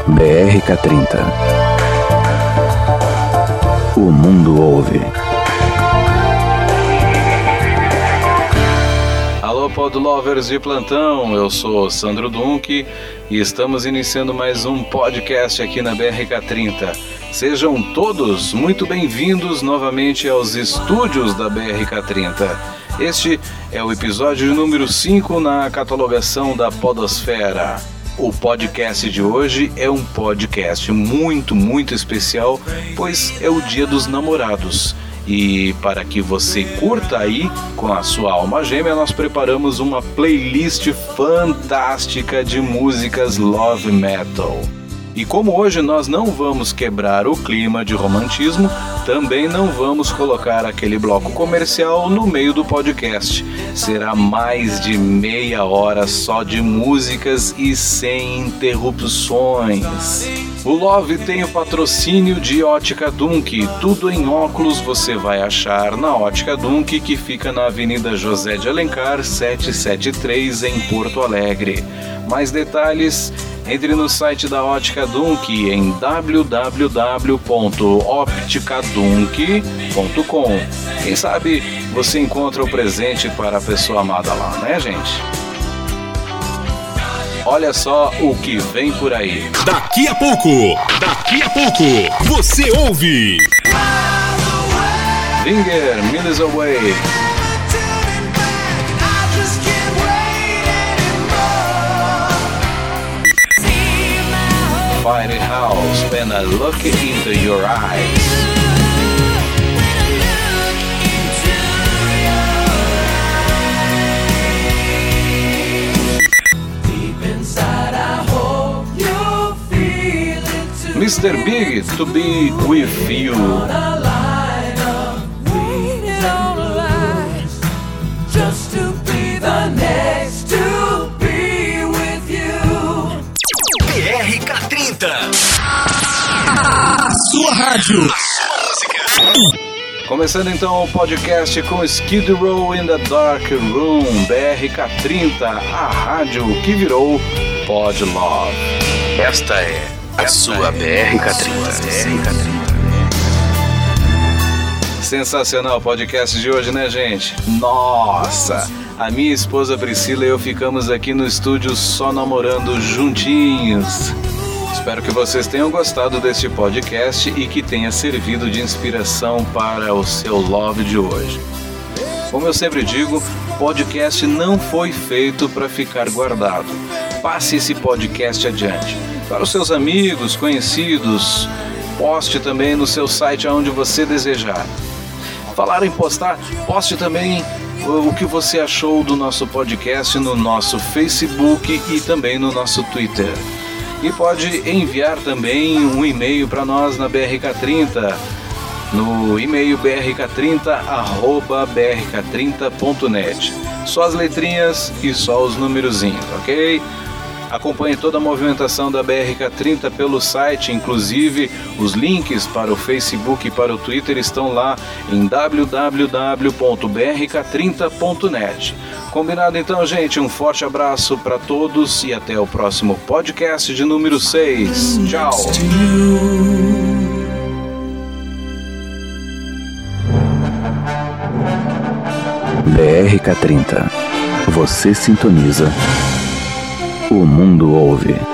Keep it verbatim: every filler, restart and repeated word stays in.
B R K trinta. O mundo ouve. Alô, Podlovers de plantão, eu sou Sandro Dunk e estamos iniciando mais um podcast aqui na B R K trinta. Sejam todos muito bem-vindos novamente aos estúdios da B R K trinta. Este é o episódio número cinco na catalogação da Podosfera. O podcast de hoje é um podcast muito, muito especial, pois é o Dia dos Namorados. E para que você curta aí com a sua alma gêmea, nós preparamos uma playlist fantástica de músicas love metal. E como hoje nós não vamos quebrar o clima de romantismo, também não vamos colocar aquele bloco comercial no meio do podcast. Será mais de meia hora só de músicas e sem interrupções. O Love tem o patrocínio de Ótica Dunk. Tudo em óculos você vai achar na Ótica Dunk, que fica na Avenida José de Alencar, setecentos e setenta e três, em Porto Alegre. Mais detalhes, entre no site da Ótica Dunk em w w w ponto optica dunk ponto com. Quem sabe você encontra o presente para a pessoa amada lá, né, gente? Olha só o que vem por aí. Daqui a pouco, daqui a pouco, você ouve Winger, Miles Away. Firehouse, When I Look Into Your Eyes. mister Big, To Be With You. B R K trinta. A sua rádio. Começando então o podcast com Skid Row in the Dark Room, B R K trinta, a rádio que virou Pod Love. Esta é a sua B R K trinta. Sensacional o podcast de hoje, né, gente? Nossa! A minha esposa Priscila e eu ficamos aqui no estúdio só namorando juntinhos. Espero que vocês tenham gostado deste podcast e que tenha servido de inspiração para o seu love de hoje. Como eu sempre digo, podcast não foi feito para ficar guardado. Passe esse podcast adiante para os seus amigos, conhecidos. Poste também no seu site aonde você desejar. Falar em postar, poste também o que você achou do nosso podcast no nosso Facebook e também no nosso Twitter. E pode enviar também um e-mail para nós na B R K trinta, no e-mail b r k trinta arroba b r k trinta ponto net. Só as letrinhas e só os numerozinhos, ok? Acompanhe toda a movimentação da B R K trinta pelo site, inclusive os links para o Facebook e para o Twitter estão lá em w w w ponto b r k trinta ponto net. Combinado então, gente? Um forte abraço para todos e até o próximo podcast de número seis. Tchau! B R K trinta. Você sintoniza. O mundo ouve.